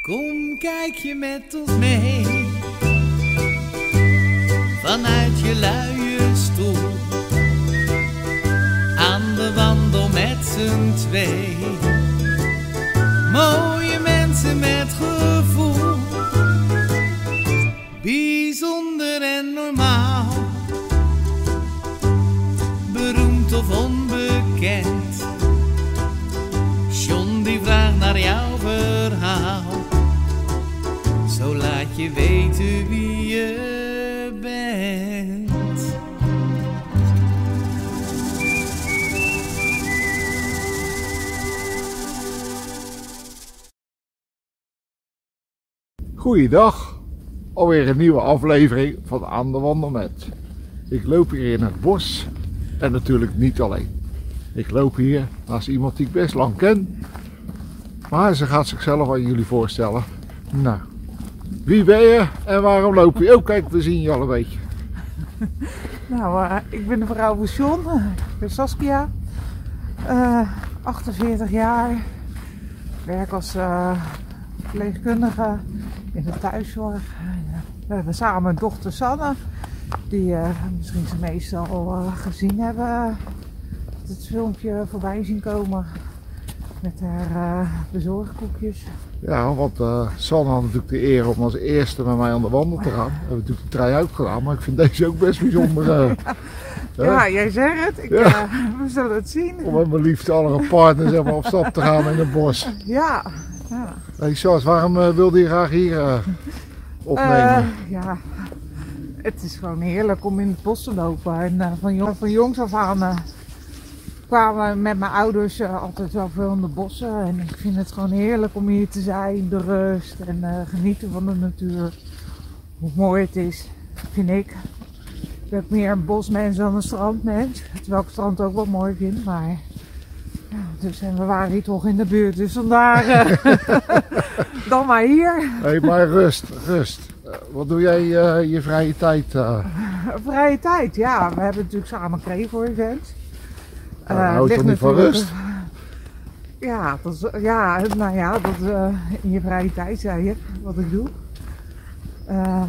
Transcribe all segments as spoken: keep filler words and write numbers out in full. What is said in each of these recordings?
Kom, kijk je met ons mee, vanuit je luie stoel, aan de wandel met z'n twee. Mooie mensen met gevoel, bijzonder en normaal, beroemd of onbekend. John die vraagt naar jouw verhaal, zo laat je weten wie je bent. Goeiedag, alweer een nieuwe aflevering van Aan de Wandel met. Ik loop hier in het bos en natuurlijk niet alleen. Ik loop hier naast iemand die ik best lang ken, maar ze gaat zichzelf aan jullie voorstellen. Nou, wie ben je en waarom loop je? Oh kijk, we zien je al een beetje. Nou, uh, ik ben de vrouw van John, ik ben Saskia, uh, achtenveertig jaar, ik werk als uh, verpleegkundige in de thuiszorg. We hebben samen een dochter Sanne, die uh, misschien ze meestal al uh, gezien hebben, het filmpje voorbij zien komen met haar uh, bezorgkoekjes. Ja, want uh, Sanne had natuurlijk de eer om als eerste met mij aan de wandel te gaan. We hebben natuurlijk de try-out gedaan, maar ik vind deze ook best bijzonder. Uh, ja, uh, jij zegt het. Ik, ja. uh, we zullen het zien. Om met mijn liefste andere partner zeg maar, op stap te gaan in het bos. Ja. ja. Hey Sas, waarom uh, wilde je graag hier uh, opnemen? Uh, ja, het is gewoon heerlijk om in het bos te lopen. En uh, van, jong, van jongs af aan uh, kwamen we met mijn ouders uh, altijd wel veel in de bossen. En ik vind het gewoon heerlijk om hier te zijn, de rust en uh, genieten van de natuur. Hoe mooi het is, vind ik. Ik ben meer een bosmens dan een strandmens. Terwijl ik het strand ook wel mooi vind, maar... Ja, dus en we waren hier toch in de buurt, dus vandaar uh, dan maar hier. Hey, maar rust, rust. Uh, wat doe jij uh, je vrije tijd? Uh? Vrije tijd, ja. We hebben natuurlijk samen Crevo-event. Uh, uh, hou je toch niet van rust? Ja, dat is, ja, nou ja, dat uh, in je vrije tijd zei je wat ik doe. Uh,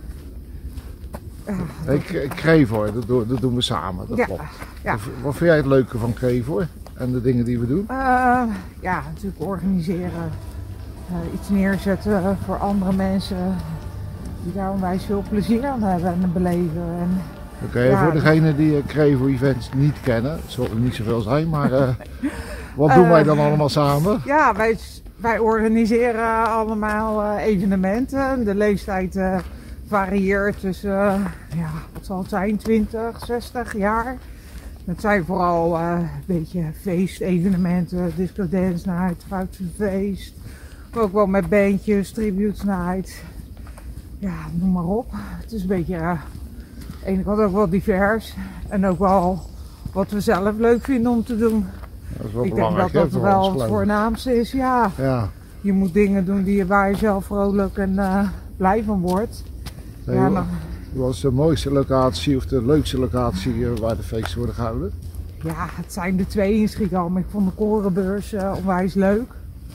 ja, ik Crevo, dat, doen, dat doen we samen, dat ja, klopt. Ja. Wat, wat vind jij het leuke van Crevo en de dingen die we doen? Uh, ja, natuurlijk organiseren, uh, iets neerzetten voor andere mensen die daar onwijs veel plezier aan hebben en beleven. En, Oké, okay, ja, voor degenen die uh, Crevo-events niet kennen, het zullen niet zoveel zijn, maar uh, wat doen uh, wij dan allemaal samen? Ja, wij, wij organiseren allemaal uh, evenementen. De leeftijd uh, varieert tussen, uh, ja, wat zal het zijn, twintig, zestig jaar. Het zijn vooral uh, een beetje feestevenementen, disco dance night, foutfeest. Ook wel met bandjes, tribute night. Ja, noem maar op. Het is een beetje, uh, aan de ene kant ook wel divers. En ook wel wat we zelf leuk vinden om te doen. Dat is wel ik denk dat dat he, wel het voornaamste is, ja. ja. Je moet dingen doen die je waar je zelf vrolijk en uh, blij van wordt. Hey, ja, nou. Wat is de mooiste locatie of de leukste locatie uh, waar de feesten worden gehouden? Ja, het zijn de twee in Schiedam. Ik vond de Korenbeurs uh, onwijs leuk.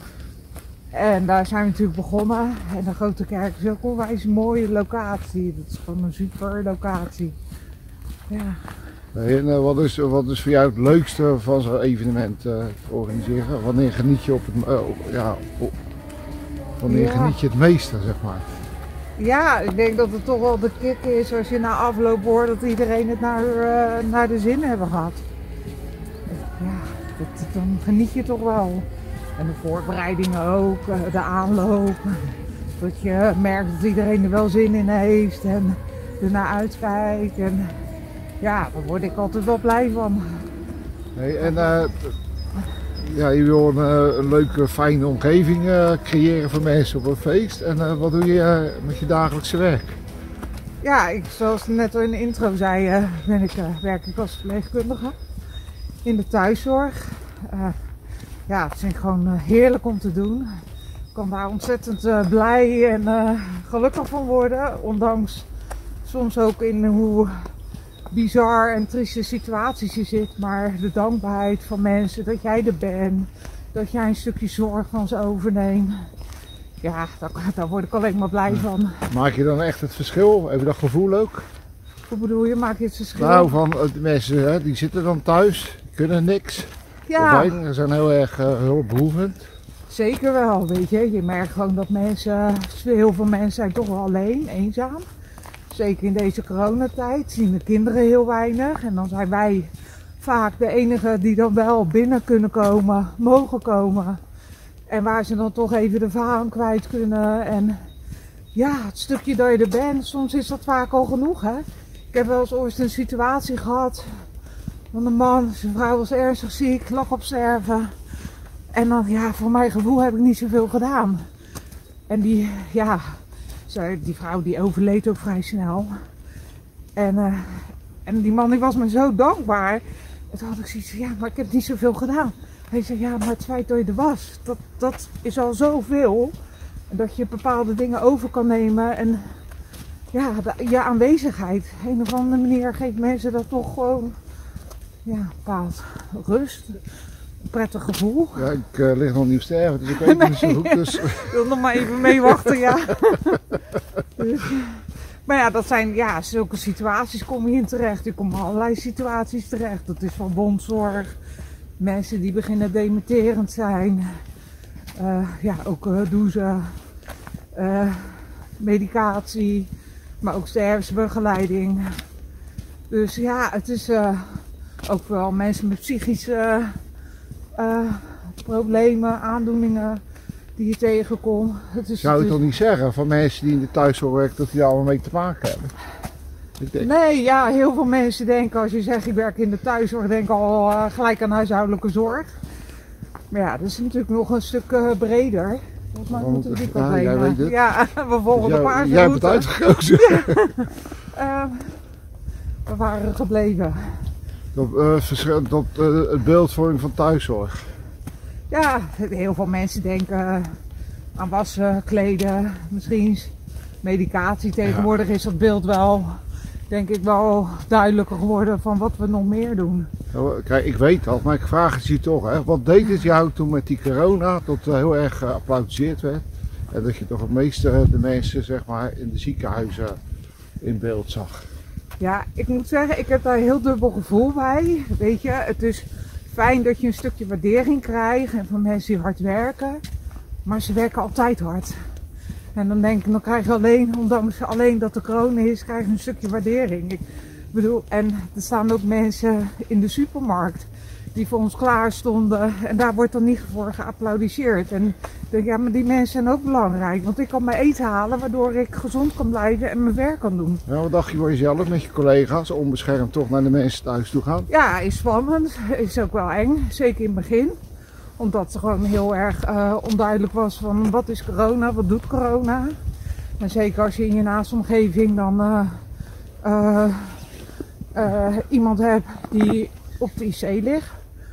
En daar zijn we natuurlijk begonnen. En de Grote Kerk is ook een onwijs mooie locatie. Dat is gewoon een super locatie. Ja. En uh, wat, is, wat is voor jou het leukste van zo'n evenement uh, te organiseren? Wanneer geniet je op het, uh, ja, op, wanneer ja. geniet je het meeste, zeg maar? Ja, ik denk dat het toch wel de kick is als je na afloop hoort dat iedereen het naar, uh, naar de zin hebben gehad. Ja, dat, dan geniet je toch wel. En de voorbereidingen ook, uh, de aanloop. Dat je merkt dat iedereen er wel zin in heeft en ernaar uitkijkt. En ja, daar word ik altijd wel blij van. Hey, en uh, ja, je wil een, een leuke, fijne omgeving uh, creëren voor mensen op een feest. En uh, wat doe je uh, met je dagelijkse werk? Ja, ik, zoals net al in de intro zei, uh, ben ik, uh, werk ik als verpleegkundige in de thuiszorg. Uh, ja, het is gewoon uh, heerlijk om te doen. Ik kan daar ontzettend uh, blij en uh, gelukkig van worden. Ondanks soms ook in hoe bizar en trieste situaties je zit. Maar de dankbaarheid van mensen dat jij er bent. Dat jij een stukje zorg van ze overneemt. Ja, daar, daar word ik alleen maar blij van. Maak je dan echt het verschil? Heb je dat gevoel ook? Hoe bedoel je, maak je het verschil? Nou, van uh, de mensen hè, die zitten dan thuis, kunnen niks. Ja, Of wij zijn heel erg uh, hulpbehoevend. zeker wel, weet je. Je merkt gewoon dat mensen, heel veel mensen zijn toch wel alleen, eenzaam. Zeker in deze coronatijd zien de kinderen heel weinig. En dan zijn wij vaak de enige die dan wel binnen kunnen komen, mogen komen. En waar ze dan toch even de vaan kwijt kunnen. En ja, het stukje dat je er bent, soms is dat vaak al genoeg, hè. Ik heb wel eens ooit een situatie gehad van een man, zijn vrouw was ernstig ziek, lag op sterven. En dan, ja, voor mijn gevoel heb ik niet zoveel gedaan. En die, ja, die vrouw die overleed ook vrij snel. En, uh, en die man die was me zo dankbaar. En toen had ik zoiets van, ja, maar ik heb niet zoveel gedaan. Hij zei, ja, maar het feit dat je er was, dat, dat is al zoveel. Dat je bepaalde dingen over kan nemen. En ja, de, je aanwezigheid. Op een of andere manier geeft mensen dat toch gewoon, ja, bepaald rust. Een prettig gevoel. Ja, ik uh, lig nog niet op sterven, dus ik weet het nee, niet zo goed. Dus... Ik wil nog maar even meewachten, ja. Dus, maar ja, dat zijn, ja, zulke situaties kom je in terecht. Je komt in allerlei situaties terecht. Dat is van bondzorg, mensen die beginnen dementerend zijn. Uh, ja, ook uh, douchen, uh, medicatie, maar ook stervensbegeleiding. Dus ja, het is uh, ook wel mensen met psychische uh, problemen, aandoeningen die je tegenkomt. Het is, Zou je het is... toch niet zeggen van mensen die in de thuiszorg werken dat die daar allemaal mee te maken hebben? Ik denk... Nee, ja, heel veel mensen denken als je zegt ik werk in de thuiszorg, denken al uh, gelijk aan huishoudelijke zorg. Maar ja, dat is natuurlijk nog een stuk uh, breder. Wat maakt natuurlijk die ja, jij weet het. Ja, we volgen dus de jou, paarse Jij hebt het uitgekozen. uh, we waren gebleven. Dat, uh, dat uh, het beeldvorming van thuiszorg. Ja, heel veel mensen denken aan wassen, kleden, misschien medicatie. Tegenwoordig ja. Is dat beeld wel, denk ik, wel duidelijker geworden van wat we nog meer doen. Nou, kijk, ik weet dat, maar ik vraag het je toch. Hè. Wat deed het jou toen met die corona, dat uh, heel erg geapplaudiseerd werd? En dat je toch het meeste de mensen zeg maar, in de ziekenhuizen in beeld zag? Ja, ik moet zeggen, ik heb daar een heel dubbel gevoel bij. Weet je, het is fijn dat je een stukje waardering krijgt en van mensen die hard werken. Maar ze werken altijd hard. En dan denk ik, dan krijg je alleen, ondanks alleen dat de corona is, krijg je een stukje waardering. Ik bedoel, en er staan ook mensen in de supermarkt die voor ons klaar stonden. En daar wordt dan niet voor geapplaudiseerd. En ik denk, ja, maar die mensen zijn ook belangrijk. Want ik kan mijn eten halen, waardoor ik gezond kan blijven en mijn werk kan doen. Ja, wat dacht je voor jezelf met je collega's, onbeschermd toch naar de mensen thuis toe gaan? Ja, is spannend. Is ook wel eng. Zeker in het begin. Omdat het gewoon heel erg uh, onduidelijk was van wat is corona, wat doet corona. En zeker als je in je naaste omgeving dan uh, uh, uh, iemand hebt die op de I C ligt.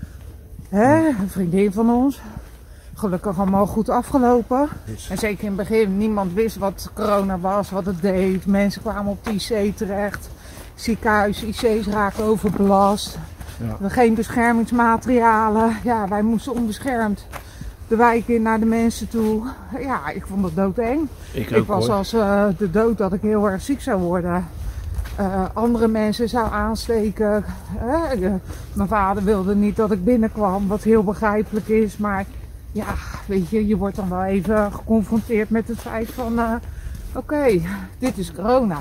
Hè? Een vriendin van ons. Gelukkig allemaal goed afgelopen. En zeker in het begin, niemand wist wat corona was, wat het deed. Mensen kwamen op de I C terecht. Ziekenhuis, I C's raken overbelast. Ja. We geen beschermingsmaterialen. Ja, wij moesten onbeschermd de wijk in naar de mensen toe. Ja, ik vond dat doodeng. Ik, ik was hoor. als uh, de dood dat ik heel erg ziek zou worden. Uh, andere mensen zou aansteken. Uh, uh, mijn vader wilde niet dat ik binnenkwam, wat heel begrijpelijk is. Maar ja, weet je, je wordt dan wel even geconfronteerd met het feit van... Uh, Oké, okay, dit is corona.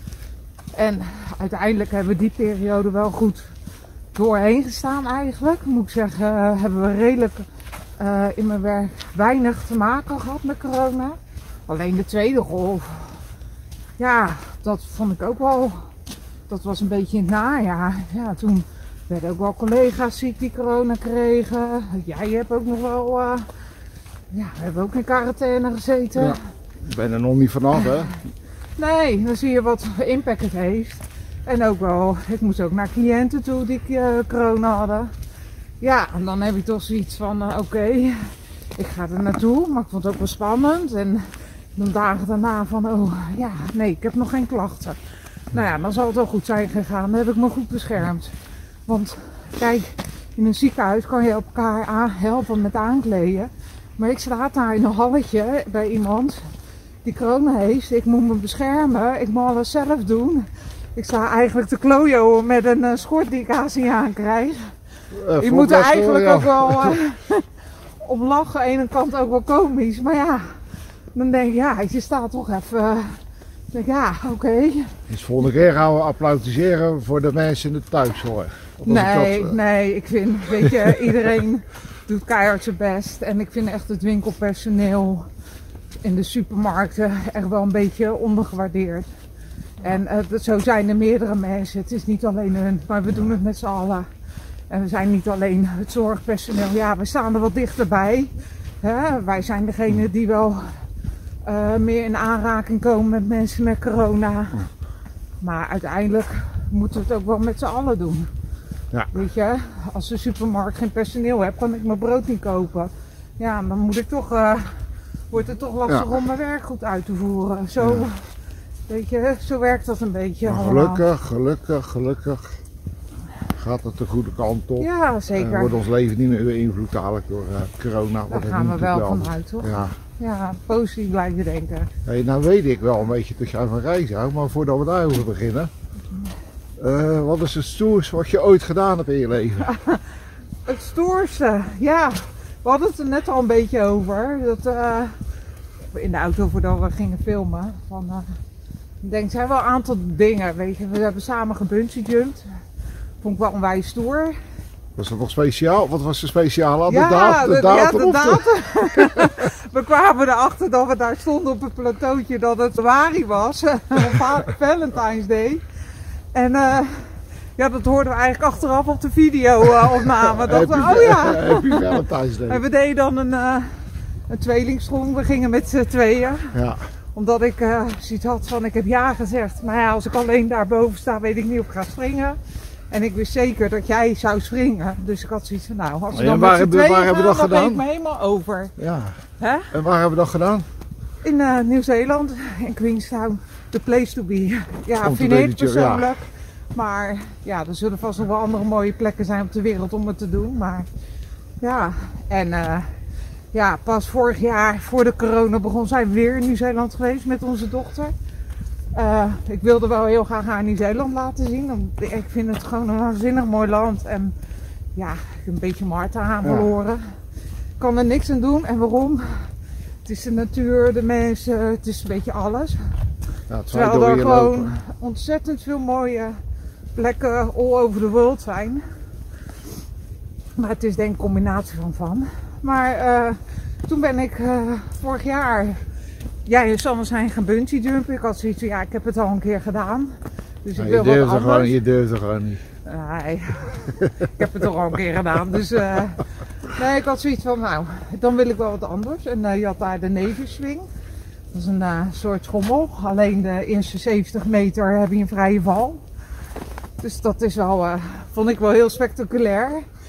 En uiteindelijk hebben we die periode wel goed doorheen gestaan eigenlijk. Moet ik zeggen, uh, hebben we redelijk uh, in mijn werk weinig te maken gehad met corona. Alleen de tweede golf. Ja, dat vond ik ook wel, dat was een beetje in het najaar. Ja, toen werden ook wel collega's ziek die corona kregen. Jij hebt ook nog wel, uh, ja, we hebben ook in quarantaine gezeten. Ja, ik ben er nog niet vanaf, hè? Nee, dan zie je wat voor impact het heeft. En ook wel, ik moest ook naar cliënten toe die uh, corona hadden. Ja, en dan heb je toch zoiets van, uh, oké, okay, ik ga er naartoe, maar ik vond het ook wel spannend. En dan dagen daarna van, oh ja, nee, ik heb nog geen klachten. Nou ja, dan zal het wel goed zijn gegaan. Dan heb ik me goed beschermd. Want kijk, in een ziekenhuis kan je elkaar helpen met aankleden. Maar ik sta daar in een halletje bij iemand die corona heeft. Ik moet me beschermen. Ik moet alles zelf doen. Ik sta eigenlijk te klojoen met een uh, schort die ik haast aan krijg. Uh, Je moet er wel, eigenlijk ja. ook wel uh, om lachen. Aan de ene kant ook wel komisch. Maar ja, dan denk ik, ja, je staat toch even... Uh, denk, ja, oké. Okay. Dus volgende keer gaan we applaudisseren voor de mensen in de thuiszorg. Nee, dat, uh... nee, ik vind, weet je, iedereen doet keihard zijn best. En ik vind echt het winkelpersoneel in de supermarkten echt wel een beetje ondergewaardeerd. En uh, zo zijn er meerdere mensen. Het is niet alleen hun, maar we doen het met z'n allen. En we zijn niet alleen het zorgpersoneel. Ja, we staan er wat dichterbij. Hè? Wij zijn degene die wel uh, meer in aanraking komen met mensen met corona. Maar uiteindelijk moeten we het ook wel met z'n allen doen. Ja. Weet je, als de supermarkt geen personeel heeft, kan ik mijn brood niet kopen. Ja, dan moet ik toch, uh, wordt het toch lastig ja. om mijn werk goed uit te voeren. Zo, ja. Weet je, zo werkt dat een beetje. Maar gelukkig, gelukkig, gelukkig gaat het de goede kant op. Ja, zeker. En wordt ons leven niet meer beïnvloed dadelijk door uh, corona. Daar gaan we wel van uit, toch? Ja. Ja, positief blijven denken. Hey, nou weet ik wel een beetje dat jij van reizen houdt, maar voordat we daarover beginnen. Uh, wat is het stoers wat je ooit gedaan hebt in je leven? Het stoerste, ja. We hadden het er net al een beetje over. Dat, uh, in de auto voordat we gingen filmen. Van, uh, ik denk, er zijn wel een aantal dingen. Weet je. We hebben samen gebungee-jumped. Vond ik wel onwijs stoer. Was dat nog speciaal? Wat was er speciaal aan ja, de, daad, de, de datum? Ja, de datum. We kwamen erachter dat we daar stonden op het plateautje dat het januari was. Op Valentine's Day. En uh, ja, dat hoorden we eigenlijk achteraf op de video-opname. Dat we, oh ja. Happy Valentine's Day. En we deden dan een, uh, een tweelingsprong. We gingen met z'n tweeën. Ja. Omdat ik uh, zoiets had van, ik heb ja gezegd. Maar ja, als ik alleen daarboven sta, weet ik niet of ik ga springen. En ik wist zeker dat jij zou springen. Dus ik had zoiets van, nou, als we dan met z'n tweeën gaan, hebben we dat dan gedaan? Ben ik me helemaal over. Ja. Hè? En waar hebben we dat gedaan? In uh, Nieuw-Zeeland, in Queenstown. The place to be. Ja, vind ik persoonlijk. Ja. Maar ja, er zullen vast nog wel andere mooie plekken zijn op de wereld om het te doen. Maar ja, en uh, ja, pas vorig jaar, voor de corona begon, zijn we weer in Nieuw-Zeeland geweest met onze dochter. Uh, ik wilde wel heel graag haar Nieuw-Zeeland laten zien. Ik vind het gewoon een waanzinnig mooi land. En ja, ik heb een beetje mijn hart aan verloren. Ik kan er niks aan doen. En waarom? Het is de natuur, de mensen, het is een beetje alles. Ja, terwijl er gewoon lopen. ontzettend veel mooie plekken all over the world zijn. Maar het is denk ik een combinatie van van. Maar uh, toen ben ik uh, vorig jaar, jij en Sanne zijn gaan bungee jumpen. Ik had zoiets van, ja, ik heb het al een keer gedaan. Dus ja, ik wil je wat anders. Gewoon, je durft er gewoon niet. Nee, ik heb het toch al een keer gedaan. Dus uh, nee, ik had zoiets van, nou, dan wil ik wel wat anders. En uh, je had daar de Navy Swing. Dat is een uh, soort schommel. Alleen de eerste zeventig meter heb je een vrije val. Dus dat is wel, uh, vond ik wel heel spectaculair.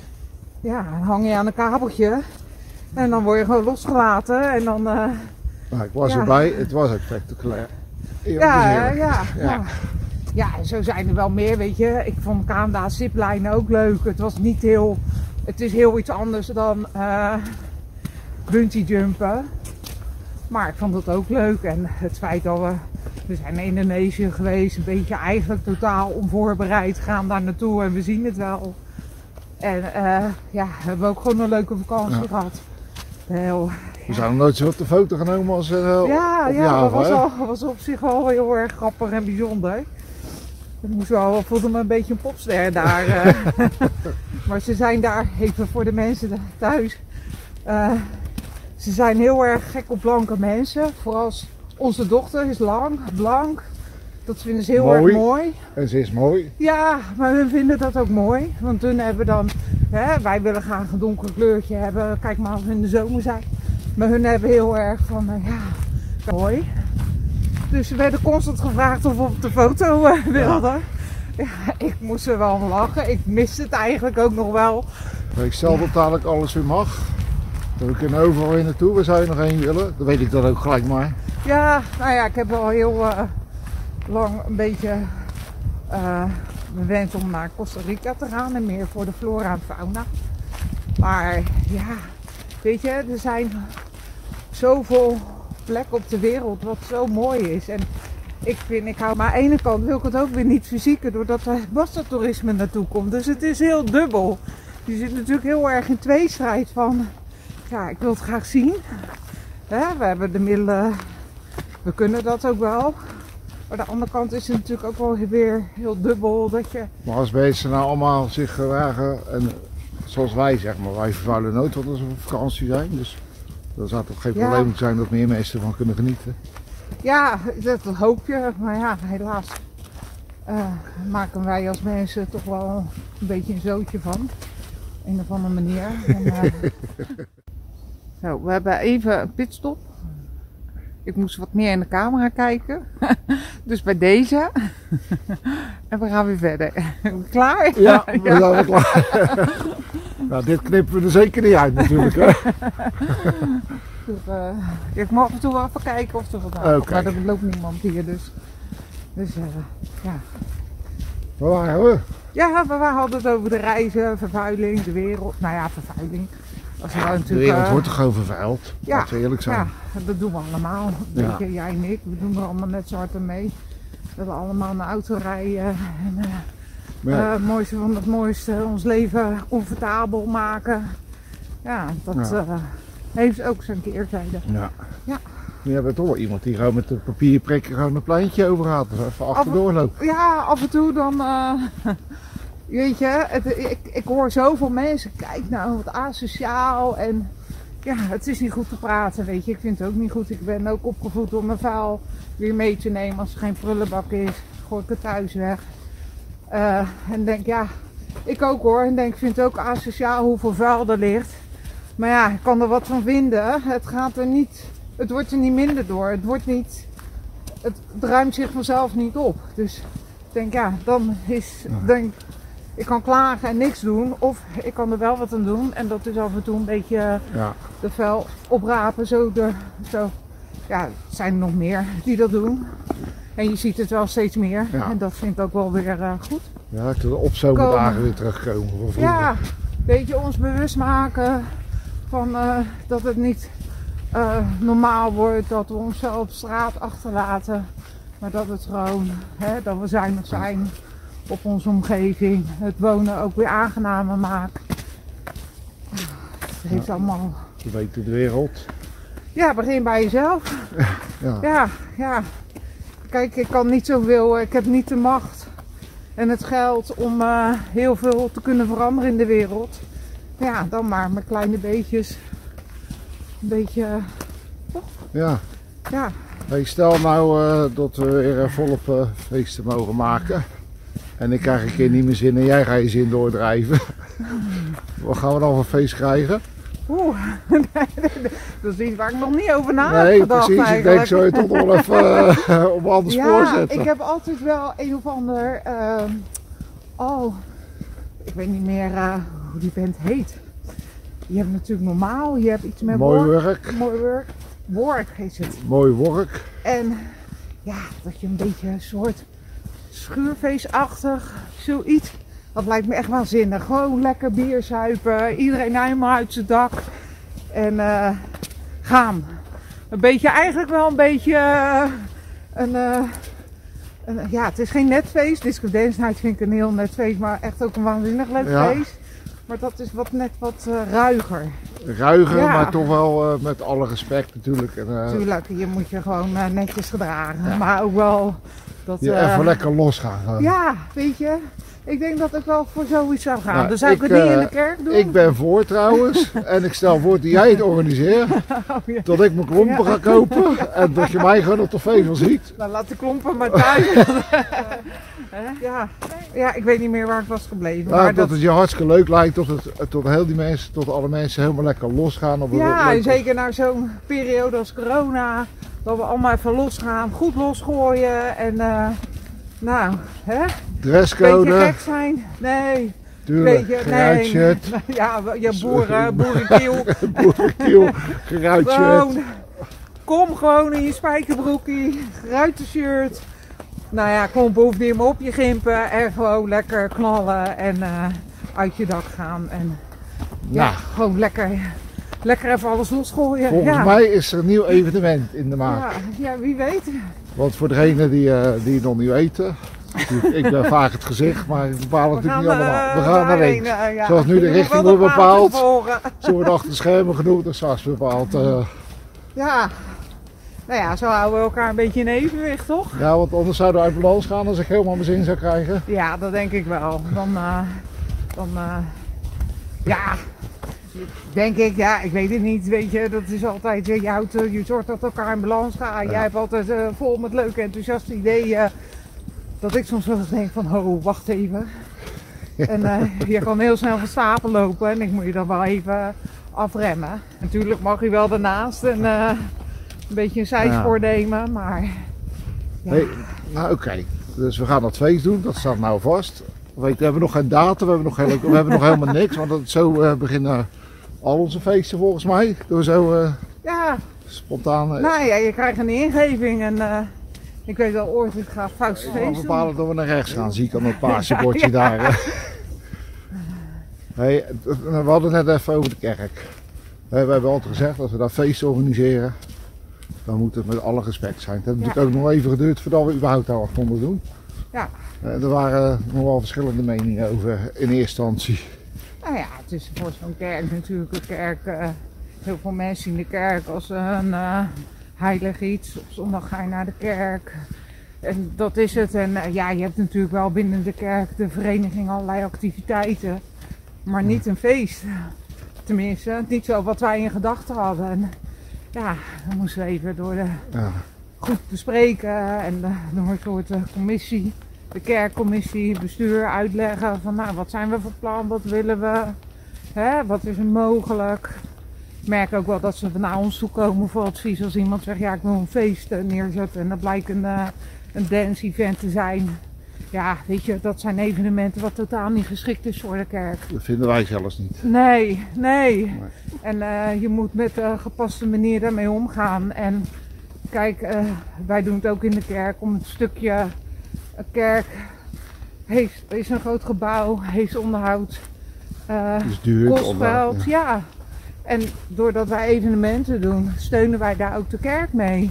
Ja, dan hang je aan een kabeltje. En dan word je gewoon losgelaten. En dan... Uh, nou, ik was ja. erbij, het was ook spectaculair. Ja, ja, ja, ja. Ja, zo zijn er wel meer, weet je. Ik vond Canada ziplijnen ook leuk. Het was niet heel... Het is heel iets anders dan uh, bungee jumpen. Maar ik vond het ook leuk. En het feit dat we... We zijn in Indonesië geweest. Een beetje eigenlijk totaal onvoorbereid. Gaan daar naartoe en we zien het wel. En uh, ja, hebben we ook gewoon een leuke vakantie ja. gehad. Heel... We zijn nog nooit zo op de foto genomen als uh, ja, op ja, Java, dat was, hè? al, was op zich wel heel erg grappig en bijzonder. Ik moest wel, voelde me een beetje een popster daar. Uh. Maar ze zijn daar, even voor de mensen thuis, uh, ze zijn heel erg gek op blanke mensen. Vooral onze dochter is lang, blank. Dat vinden ze heel mooi. erg mooi. En ze is mooi. Ja, maar hun vinden dat ook mooi. Want hun hebben dan, hè, wij willen graag een donker kleurtje hebben. Kijk maar als we in de zomer zijn. Maar hun hebben heel erg van, uh, ja, mooi. Dus ze werden constant gevraagd of we op de foto uh, wilden. Ja. Ja, ik moest er wel om lachen. Ik miste het eigenlijk ook nog wel. Ik stel dat dadelijk alles weer mag. We kunnen overal weer naartoe. Waar zou je nog heen willen? Dan weet ik dat ook gelijk maar. Ja, nou ja, ik heb wel heel uh, lang een beetje uh, gewend om naar Costa Rica te gaan. En meer voor de flora en fauna. Maar ja, Weet je, er zijn zoveel plekken op de wereld wat zo mooi is. En ik vind, ik hou maar aan de ene kant wil ik het ook weer niet verzieken doordat er massatoerisme naartoe komt. Dus het is heel dubbel. Je zit natuurlijk heel erg in tweestrijd van, ja, ik wil het graag zien. Hè, we hebben de middelen, we kunnen dat ook wel. Maar aan de andere kant is het natuurlijk ook wel weer heel dubbel dat je... Maar als mensen nou allemaal zich gewagen, en zoals wij zeg maar, wij vervuilen nooit wat als we op vakantie zijn. Dus dan zou toch geen Ja. probleem moeten zijn dat meer mensen ervan kunnen genieten. Ja, dat hoop je. Maar ja, helaas uh, maken wij als mensen toch wel een beetje een zootje van. Een of andere manier. En, uh... Zo, we hebben even een pitstop. Ik moest wat meer in de camera kijken. Dus bij deze. En we gaan weer verder. Klaar? Ja, we zijn wel klaar. Nou, dit knippen we er zeker niet uit natuurlijk. Hè? Dus, uh, ik mag af en toe wel even kijken of er wat aan Oh, komt. Maar kijk. er loopt niemand hier dus. Dus uh, ja. Waar waren we? Ja, we hadden het over de reizen, vervuiling, de wereld. Nou ja, vervuiling. Als we nou De natuurlijk, wereld uh, wordt toch gewoon vervuild? ja, Laten we eerlijk zijn. ja, dat doen we allemaal. Ja. Weet je, jij en ik, we doen er allemaal net zo hard aan mee. Dat we allemaal een auto rijden en uh, Maar ja, uh, het mooiste van het mooiste, ons leven comfortabel maken. Ja, dat Ja. uh, heeft ook zijn keerzijde. ja. Ja. Je hebt toch wel iemand die gewoon met een papierprikker gewoon een pleintje overgaat. Dus even achterdoor lopen. Ja, af en toe dan, uh, weet je, het, ik, ik hoor zoveel mensen, kijk nou wat asociaal en ja, het is niet goed te praten, weet je. Ik vind het ook niet goed. Ik ben ook opgevoed om mijn vuil weer mee te nemen. Als er geen prullenbak is, gooi ik het thuis weg. Uh, en denk, ja, ik ook hoor. En denk, ik vind het ook asociaal hoeveel vuil er ligt. Maar ja, ik kan er wat van vinden. Het gaat er niet, het wordt er niet minder door. Het wordt niet, het ruimt zich vanzelf niet op. Dus ik denk, ja, dan is, denk, ik kan klagen en niks doen. Of ik kan er wel wat aan doen. En dat is af en toe een beetje Ja. de vuil oprapen. Zo, de, zo. Ja, er zijn er nog meer die dat doen. En je ziet het wel steeds meer. Ja. En dat vind ik ook wel weer uh, goed. Ja, dat de opzomerdagen Komen. weer terugkomen van vroeger. Ja, weet je, ons bewust maken van uh, dat het niet uh, normaal wordt dat we onszelf op straat achterlaten. Maar dat het gewoon, hè, dat we zuinig zijn op onze omgeving. Het wonen ook weer aangenamer maken. Het heeft Ja. allemaal... Je weet de wereld. Ja, begin bij jezelf. Ja. Ja, ja. Kijk, ik kan niet zoveel, ik heb niet de macht en het geld om uh, heel veel te kunnen veranderen in de wereld. Ja, dan maar met kleine beetjes. Een beetje, Ja. ja. Hey, stel nou uh, dat we weer uh, volop uh, feesten mogen maken. En ik krijg een keer niet meer zin en jij gaat je zin doordrijven. Wat gaan we dan voor feest krijgen? Oeh, dat is iets waar ik nog niet over na heb Nee, gedacht precies. Ik eigenlijk. denk, zou je toch wel even uh, op een ander spoor Ja, zetten? ik heb altijd wel een of ander, uh, oh, ik weet niet meer uh, hoe die band heet. Je hebt natuurlijk normaal, je hebt iets met Mooi work. werk, Mooi werk. Work heet het. mooi work. En ja, dat je een beetje een soort schuurfeestachtig, zoiets. Dat lijkt me echt waanzinnig. Gewoon lekker bier zuipen, iedereen helemaal uit zijn dak. En uh, gaan. Een beetje, eigenlijk wel een beetje uh, een, uh, een... Ja, het is geen netfeest. Disco Dance Night vind ik een heel net feest, maar echt ook een waanzinnig leuk Ja. feest. Maar dat is wat net wat uh, ruiger. Ruiger, Ja. maar toch wel uh, met alle respect natuurlijk. En, uh, Tuurlijk, je moet je gewoon uh, netjes gedragen. Ja. Maar ook wel dat... je uh, even lekker losgaan. gewoon. Ja, weet je. Ik denk dat ik wel voor zoiets zou gaan. Nou, Dan zou ik, ik, het niet in uh, de kerk doen. Ik ben voor trouwens. En ik stel voor dat jij het organiseert. Oh, ja. Dat ik mijn klompen Ja. ga kopen. En dat je mij gewoon op de vevel ziet. Nou, laat de klompen maar thuis. ja. ja, ik weet niet meer waar ik was gebleven. Ja, maar dat dat, het je hartstikke leuk lijkt. Dat, het, tot, heel die mensen, tot alle mensen helemaal lekker losgaan. Op een ja, leuke- en zeker na zo'n periode als corona. Dat we allemaal even losgaan. Goed losgooien. En uh, nou, hè? Een Dresscode. beetje gek zijn. Nee. Tuurlijk, Beetje, geruit nee. shirt. Ja, ja boeren, boerenkiel. Boerenkiel, geruit shirt. Gewoon, kom gewoon in je spijkerbroekie, geruite shirt. Nou ja, klompen hoeft niet meer op je gimpen en gewoon lekker knallen en uh, uit je dak gaan. En ja, Nou, gewoon lekker lekker even alles losgooien. Volgens ja. mij is er een nieuw evenement in de maak. Ja, ja, wie weet. Want voor degenen die, uh, die het nog niet weten, ik ben vaak het gezicht, maar ik bepaal het We natuurlijk gaan, niet allemaal. We uh, gaan naar daarheen, links. uh, ja. Zoals nu de Je richting moet wel wordt de paden bepaald, volgen. zo wordt achter de schermen genoeg, dat straks bepaald. Uh, Ja, nou ja, zo houden we elkaar een beetje in evenwicht, toch? ja, want anders zouden we uit balans gaan als ik helemaal mijn zin zou krijgen. Ja, dat denk ik wel. Dan, uh, dan uh, ja, denk ik, ja, ik weet het niet, weet je, dat is altijd, je houdt, je zorgt dat elkaar in balans gaat. Ja. Jij hebt altijd uh, vol met leuke, enthousiaste ideeën, dat ik soms wel eens denk van, oh, wacht even. Ja. En uh, je kan heel snel van stapel lopen en ik moet je dan wel even afremmen. Natuurlijk mag je wel daarnaast en uh, een beetje een zijspoor ja. nemen, maar... Ja. Hey, nou oké, okay. Dus we gaan dat feest doen, dat staat nou vast. Weet, we hebben nog geen datum, we hebben nog, heel, we hebben nog helemaal niks, want dat, zo uh, beginnen al onze feesten volgens mij. Door zo uh, ja. spontaan... Uh, nou ja, je krijgt een ingeving en uh, ik weet wel ooit, ik ga fout feest doen. We bepalen dat we naar rechts gaan, zie ik aan dat paarse bordje ja, ja. daar. Hey, we hadden het net even over de kerk. We hebben altijd gezegd, als we daar feesten organiseren, dan moet het met alle respect zijn. Het heeft ja. natuurlijk ook nog even geduurd voordat we überhaupt daar wat konden doen. Ja. Er waren nog wel verschillende meningen over in eerste instantie. Nou ja, het is voor zo'n kerk natuurlijk een kerk. Uh, heel veel mensen zien de kerk als een uh, heilig iets. Op zondag ga je naar de kerk. En dat is het. En uh, ja, je hebt natuurlijk wel binnen de kerk, de vereniging, allerlei activiteiten. Maar niet een feest. Tenminste, niet zo wat wij in gedachten hadden. En ja, dan moesten we even door de ja. goed bespreken. En de, door een soort uh, commissie, de kerkcommissie, het bestuur uitleggen van nou, wat zijn we van plan, wat willen we, hè, wat is er mogelijk. Ik merk ook wel dat ze naar ons toe komen voor advies als iemand zegt ja, ik wil een feest neerzetten en dat blijkt een, uh, een dance event te zijn. Ja, weet je, dat zijn evenementen wat totaal niet geschikt is voor de kerk. Dat vinden wij zelfs niet. Nee, nee. nee. En uh, je moet met een gepaste manier daarmee omgaan. En kijk, uh, wij doen het ook in de kerk om een stukje... Een kerk heeft, is een groot gebouw, heeft onderhoud, uh, dus duur, kost geld. Ja. ja. En doordat wij evenementen doen, steunen wij daar ook de kerk mee.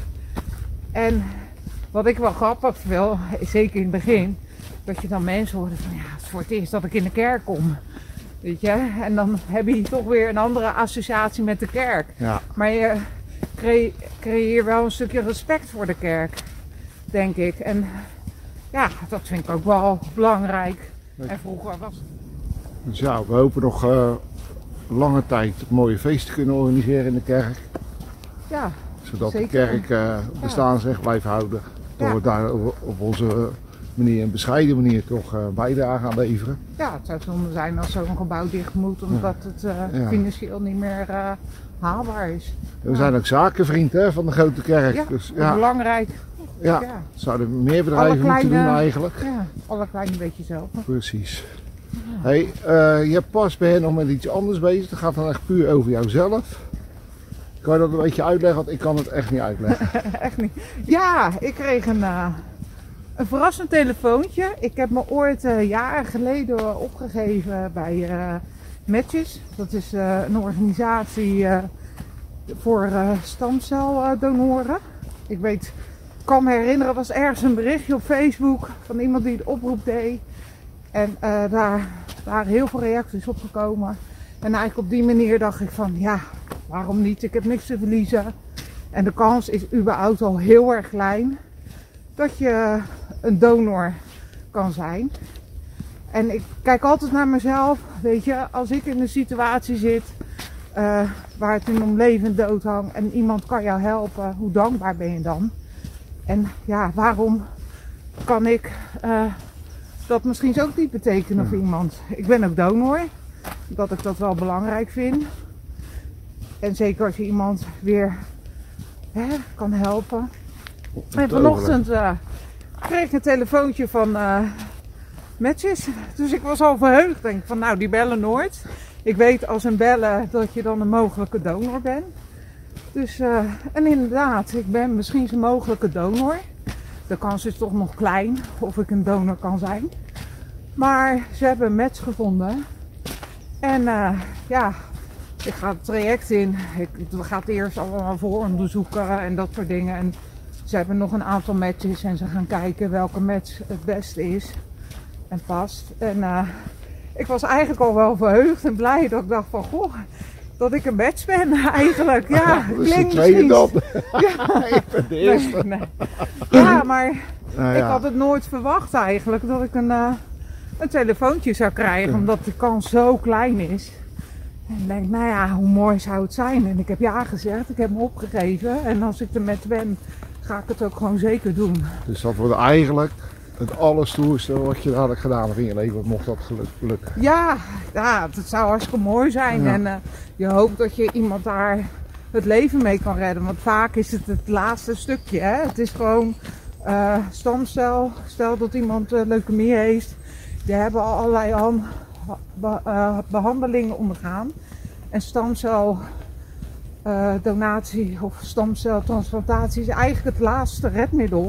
En wat ik wel grappig vind, zeker in het begin, dat je dan mensen hoort van ja, het is voor het eerst dat ik in de kerk kom. Weet je? En dan heb je toch weer een andere associatie met de kerk. Ja. Maar je cre- creëert wel een stukje respect voor de kerk, denk ik. En ja, dat vind ik ook wel belangrijk. En vroeger was het. Dus ja, we hopen nog uh, lange tijd mooie feesten te kunnen organiseren in de kerk. Ja, zodat zeker. de kerk uh, bestaansrecht blijft houden. Dat ja. we daar op, op onze manier, een bescheiden manier toch uh, bijdrage aan leveren. Ja, het zou zonde zijn als zo'n gebouw dicht moet omdat ja. het uh, ja. financieel niet meer uh, haalbaar is. We ja. zijn ook zakenvriend hè, van de grote kerk. Ja, dus, ja. belangrijk. Ja, ja. Zouden meer bedrijven kleine, moeten doen eigenlijk. Ja, alle kleine beetje zelf. Precies. Ja. Hey, uh, je pas ben je nog met iets anders bezig. Dat gaat dan echt puur over jouzelf. Kan je dat een beetje uitleggen? Want ik kan het echt niet uitleggen. Echt niet. Ja, ik kreeg een, uh, een verrassend telefoontje. Ik heb me ooit uh, jaren geleden opgegeven bij uh, Matches. Dat is uh, een organisatie uh, voor uh, stamceldonoren. Ik weet... Ik kan me herinneren, er was ergens een berichtje op Facebook van iemand die de oproep deed. En uh, daar waren heel veel reacties op gekomen. En eigenlijk op die manier dacht ik van, ja, waarom niet? Ik heb niks te verliezen. En de kans is überhaupt al heel erg klein dat je een donor kan zijn. En ik kijk altijd naar mezelf, weet je, als ik in een situatie zit uh, waar het in om leven en dood hangt en iemand kan jou helpen, hoe dankbaar ben je dan? En ja, waarom kan ik uh, dat misschien ook niet betekenen voor iemand? Ik ben ook donor, dat ik dat wel belangrijk vind. En zeker als je iemand weer hè, kan helpen. En vanochtend uh, kreeg ik een telefoontje van uh, Matches. Dus ik was al verheugd. Denk van nou, die bellen nooit. Ik weet als een bellen dat je dan een mogelijke donor bent. Dus, uh, en inderdaad, ik ben misschien een mogelijke donor. De kans is toch nog klein of ik een donor kan zijn. Maar ze hebben een match gevonden. En uh, ja, ik ga het traject in. Ik, we gaan het eerst allemaal vooronderzoeken en dat soort dingen. En ze hebben nog een aantal matches en ze gaan kijken welke match het beste is en past. En uh, ik was eigenlijk al wel verheugd en blij dat ik dacht van goh, dat ik een match ben eigenlijk. Ja, dat is klinkt de tweede misschien... dan. Ja, ik ben de eerste. Nee, nee. Ja, maar Nou ja. ik had het nooit verwacht eigenlijk dat ik een, uh, een telefoontje zou krijgen, Ja. omdat de kans zo klein is. En ik denk, nou ja, hoe mooi zou het zijn? En ik heb ja gezegd, ik heb me opgegeven. En als ik er met ben, ga ik het ook gewoon zeker doen. Dus dat wordt eigenlijk het allerstoerste wat je dadelijk gedaan hebt in je leven, mocht dat geluk, lukken. Ja, ja, het zou hartstikke mooi zijn. Ja. En uh, je hoopt dat je iemand daar het leven mee kan redden. Want vaak is het het laatste stukje. Hè? Het is gewoon uh, stamcel. Stel dat iemand uh, leukemie heeft. Die hebben al allerlei an, be, uh, behandelingen ondergaan. En stamcel uh, donatie of stamceltransplantatie is eigenlijk het laatste redmiddel.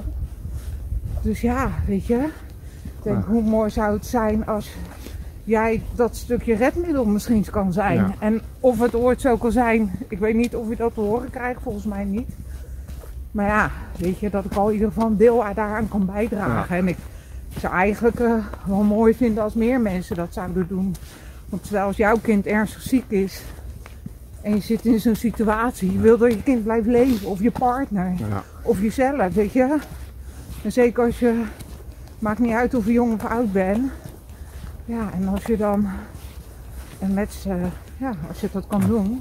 Dus ja, weet je. Ik denk, Ja. hoe mooi zou het zijn als jij dat stukje redmiddel misschien kan zijn. Ja. En of het ooit zo kan zijn, ik weet niet of je dat te horen krijgt, volgens mij niet. Maar ja, weet je, dat ik al in ieder geval een deel daaraan kan bijdragen. Ja. En ik zou eigenlijk uh, wel mooi vinden als meer mensen dat zouden doen. Want stel als jouw kind ernstig ziek is en je zit in zo'n situatie, je wil dat je kind blijft leven, of je partner, Ja. of jezelf, weet je. En zeker als je, maakt niet uit of je jong of oud bent. Ja, en als je dan een match, uh, ja, als je dat kan doen.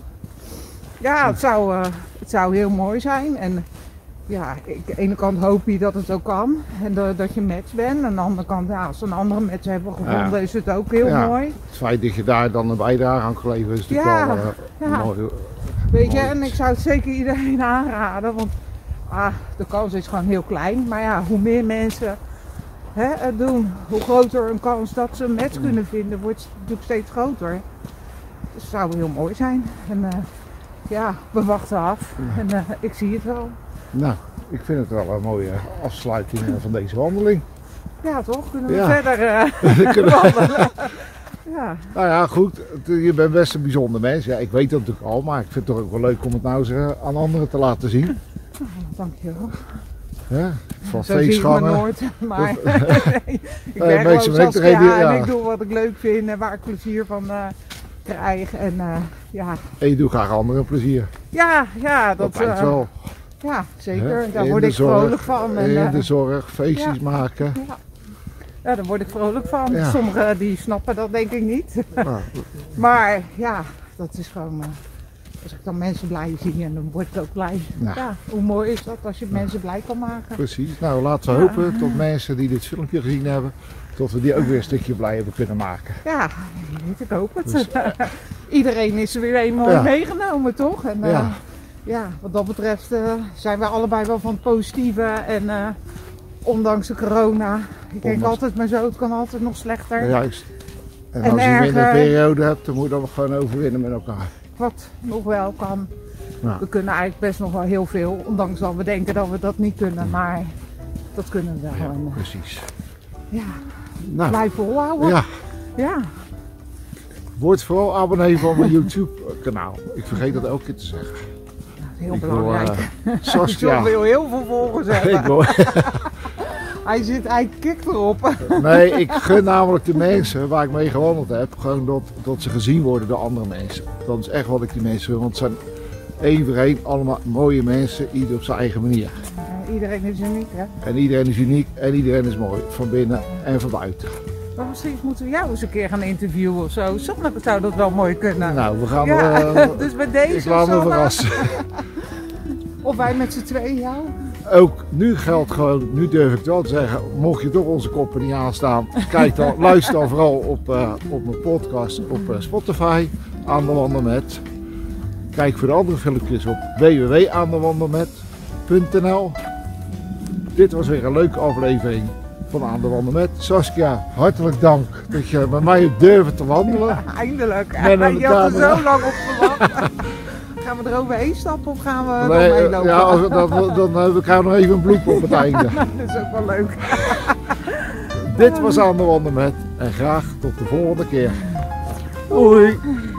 Ja, het zou, uh, het zou heel mooi zijn. En ja, ik, aan de ene kant hoop je dat het ook kan. En de, dat je match bent. Aan de andere kant, ja, als ze een andere match hebben gevonden, Ja. is het ook heel Ja. mooi. Het feit dat je daar dan een bijdrage aan kan leveren is natuurlijk Ja, wel uh, ja. mooi. Weet je, Mooi. en ik zou het zeker iedereen aanraden. Want ah, de kans is gewoon heel klein. Maar ja, hoe meer mensen hè, het doen, hoe groter een kans dat ze een match kunnen vinden, wordt het natuurlijk steeds groter. Dus het zou heel mooi zijn. En uh, ja, we wachten af. En uh, ik zie het wel. Nou, ik vind het wel een mooie afsluiting uh, van deze wandeling. Ja, toch? Kunnen we Ja. verder uh, We kunnen- wandelen? Ja. Nou ja, goed. het- Je bent best een bijzonder mens. Ja, ik weet dat natuurlijk al, maar ik vind het toch ook wel leuk om het nou eens uh, aan anderen te laten zien. Oh, dankjewel. Ja, van Zo zie ik me feestgangen. nooit. Maar nee, ik Eh, ben mensen gewoon weten Saskia geen- ja. en ik doe wat ik leuk vind en waar ik plezier van uh, krijg. En uh, ja. En je doet graag anderen plezier. Ja, ja, Dat, dat, blijkt uh, wel. ja, zeker. Hè? Daar In word de ik zorg, vrolijk van. En, In uh, de zorg, feestjes ja. maken. ja. ja, daar word ik vrolijk van. Ja. Sommigen die snappen dat denk ik niet. Nou, Maar ja, dat is gewoon... Uh, als ik dan mensen blij zie en dan word ik ook blij. Ja. Ja, hoe mooi is dat als je mensen blij kan maken. precies. Nou, laten we Ja. hopen tot mensen die dit filmpje gezien hebben, tot we die ook weer een stukje blij hebben kunnen maken. Ja, weet ik hoop het. Dus- Iedereen is er weer eenmaal Ja. meegenomen, toch? En, uh, Ja. ja, wat dat betreft uh, zijn we allebei wel van het positieve. En uh, ondanks de corona, ik denk Ondanks- altijd maar zo, het kan altijd nog slechter. Juist. En, En als je een erger. minder periode hebt, dan moet je dan gewoon overwinnen met elkaar. Wat nog wel kan. Ja. We kunnen eigenlijk best nog wel heel veel, ondanks dat we denken dat we dat niet kunnen. Maar dat kunnen we wel. Ja, En, uh, precies. ja, Nou, blijf volhouden. ja. Ja. Word vooral abonnee van mijn YouTube kanaal. Ik vergeet dat elke keer te zeggen. Dat is heel Ik wil, belangrijk. uh, John Saskia. wil heel veel volgers hebben. Ik wil, Hij zit, hij kikt erop. nee, ik gun namelijk de mensen waar ik mee gewandeld heb, gewoon dat, dat ze gezien worden door andere mensen. Dat is echt wat ik die mensen gun, want het zijn één voor één allemaal mooie mensen, ieder op zijn eigen manier. Ja, iedereen is uniek, hè? En iedereen is uniek en iedereen is mooi, van binnen en van buiten. Maar misschien moeten we jou eens een keer gaan interviewen of zo. Sanne zou dat wel mooi kunnen. Nou, we gaan ja, er, dus bij deze, ik laat me Sanne, verrassen. of wij met z'n tweeën jou. Ook nu geldt gewoon, nu durf ik het wel te zeggen, mocht je toch onze koppen niet aanstaan, kijk dan, luister dan vooral op, uh, op mijn podcast op uh, Spotify, Aan de Wandel Met. Kijk voor de andere filmpjes op w w w punt aan de wandel met punt n l. Dit was weer een leuke aflevering van Aan de Wandel Met. Saskia, hartelijk dank dat je bij mij hebt durven te wandelen. Ja, eindelijk. Met een Je had er camera. zo lang op gewacht. Gaan we er overheen stappen of gaan we Nee, eromheen lopen? ja, als we, dan, dan, dan we krijgen we nog even een bloep op het einde. Dat is ook wel leuk. Dit was Aan de Wandel Met en graag tot de volgende keer. Doei!